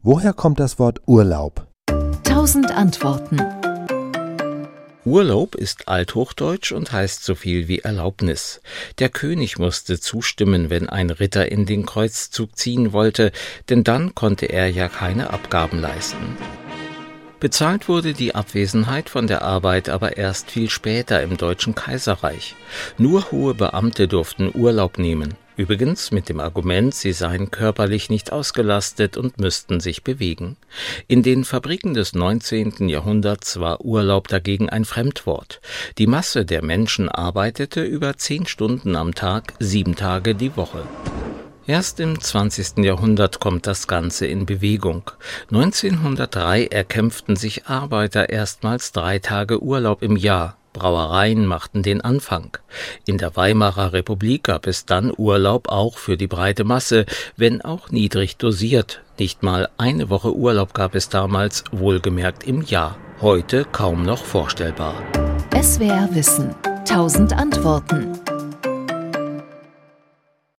Woher kommt das Wort Urlaub? 1000 Antworten. Urlaub ist althochdeutsch und heißt so viel wie Erlaubnis. Der König musste zustimmen, wenn ein Ritter in den Kreuzzug ziehen wollte, denn dann konnte er ja keine Abgaben leisten. Bezahlt wurde die Abwesenheit von der Arbeit aber erst viel später im Deutschen Kaiserreich. Nur hohe Beamte durften Urlaub nehmen. Übrigens mit dem Argument, sie seien körperlich nicht ausgelastet und müssten sich bewegen. In den Fabriken des 19. Jahrhunderts war Urlaub dagegen ein Fremdwort. Die Masse der Menschen arbeitete über 10 Stunden am Tag, 7 Tage die Woche. Erst im 20. Jahrhundert kommt das Ganze in Bewegung. 1903 erkämpften sich Arbeiter erstmals 3 Tage Urlaub im Jahr. Brauereien machten den Anfang. In der Weimarer Republik gab es dann Urlaub auch für die breite Masse, wenn auch niedrig dosiert. Nicht mal eine Woche Urlaub gab es damals, wohlgemerkt im Jahr. Heute kaum noch vorstellbar. SWR Wissen. 1000 Antworten.